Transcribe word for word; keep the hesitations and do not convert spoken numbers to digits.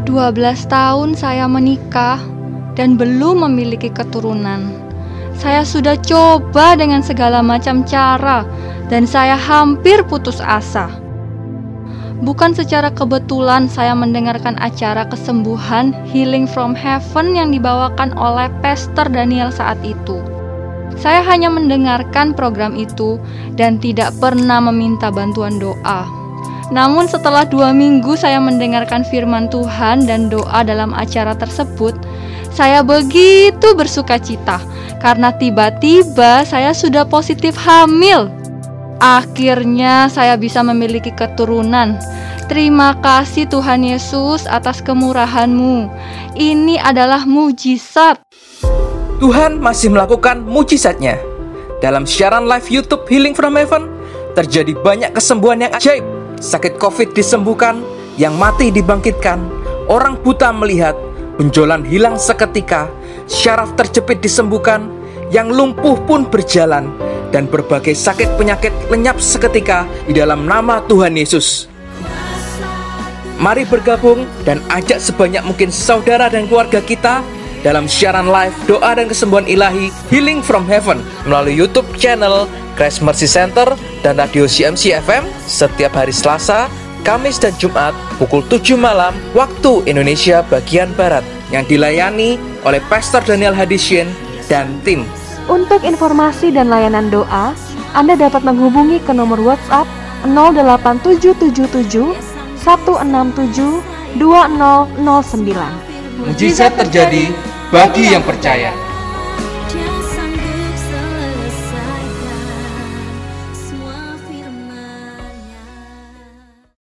dua belas tahun saya menikah dan belum memiliki keturunan. Saya sudah coba dengan segala macam cara dan saya hampir putus asa. Bukan secara kebetulan saya mendengarkan acara kesembuhan Healing from Heaven yang dibawakan oleh Pastor Daniel saat itu. Saya hanya mendengarkan program itu dan tidak pernah meminta bantuan doa. Namun setelah dua minggu saya mendengarkan firman Tuhan dan doa dalam acara tersebut, saya begitu bersuka cita karena tiba-tiba saya sudah positif hamil. Akhirnya saya bisa memiliki keturunan. Terima kasih Tuhan Yesus atas kemurahan-Mu. Ini adalah mujizat. Tuhan masih melakukan mujizatnya. Dalam siaran live YouTube Healing from Heaven, terjadi banyak kesembuhan yang ajaib. Sakit COVID disembuhkan, yang mati dibangkitkan, orang buta melihat, benjolan hilang seketika, syaraf terjepit disembuhkan, yang lumpuh pun berjalan, dan berbagai sakit penyakit lenyap seketika di dalam nama Tuhan Yesus. Mari bergabung dan ajak sebanyak mungkin saudara dan keluarga kita dalam siaran live doa dan kesembuhan ilahi Healing from Heaven melalui YouTube channel Christ Mercy Center dan Radio C M C F M setiap hari Selasa, Kamis dan Jumat pukul tujuh malam waktu Indonesia bagian Barat yang dilayani oleh Pastor Daniel Hadisien dan tim. Untuk informasi dan layanan doa, Anda dapat menghubungi ke nomor WhatsApp nol delapan tujuh tujuh tujuh satu enam tujuh dua nol nol sembilan. Mujizat terjadi bagi yang percaya.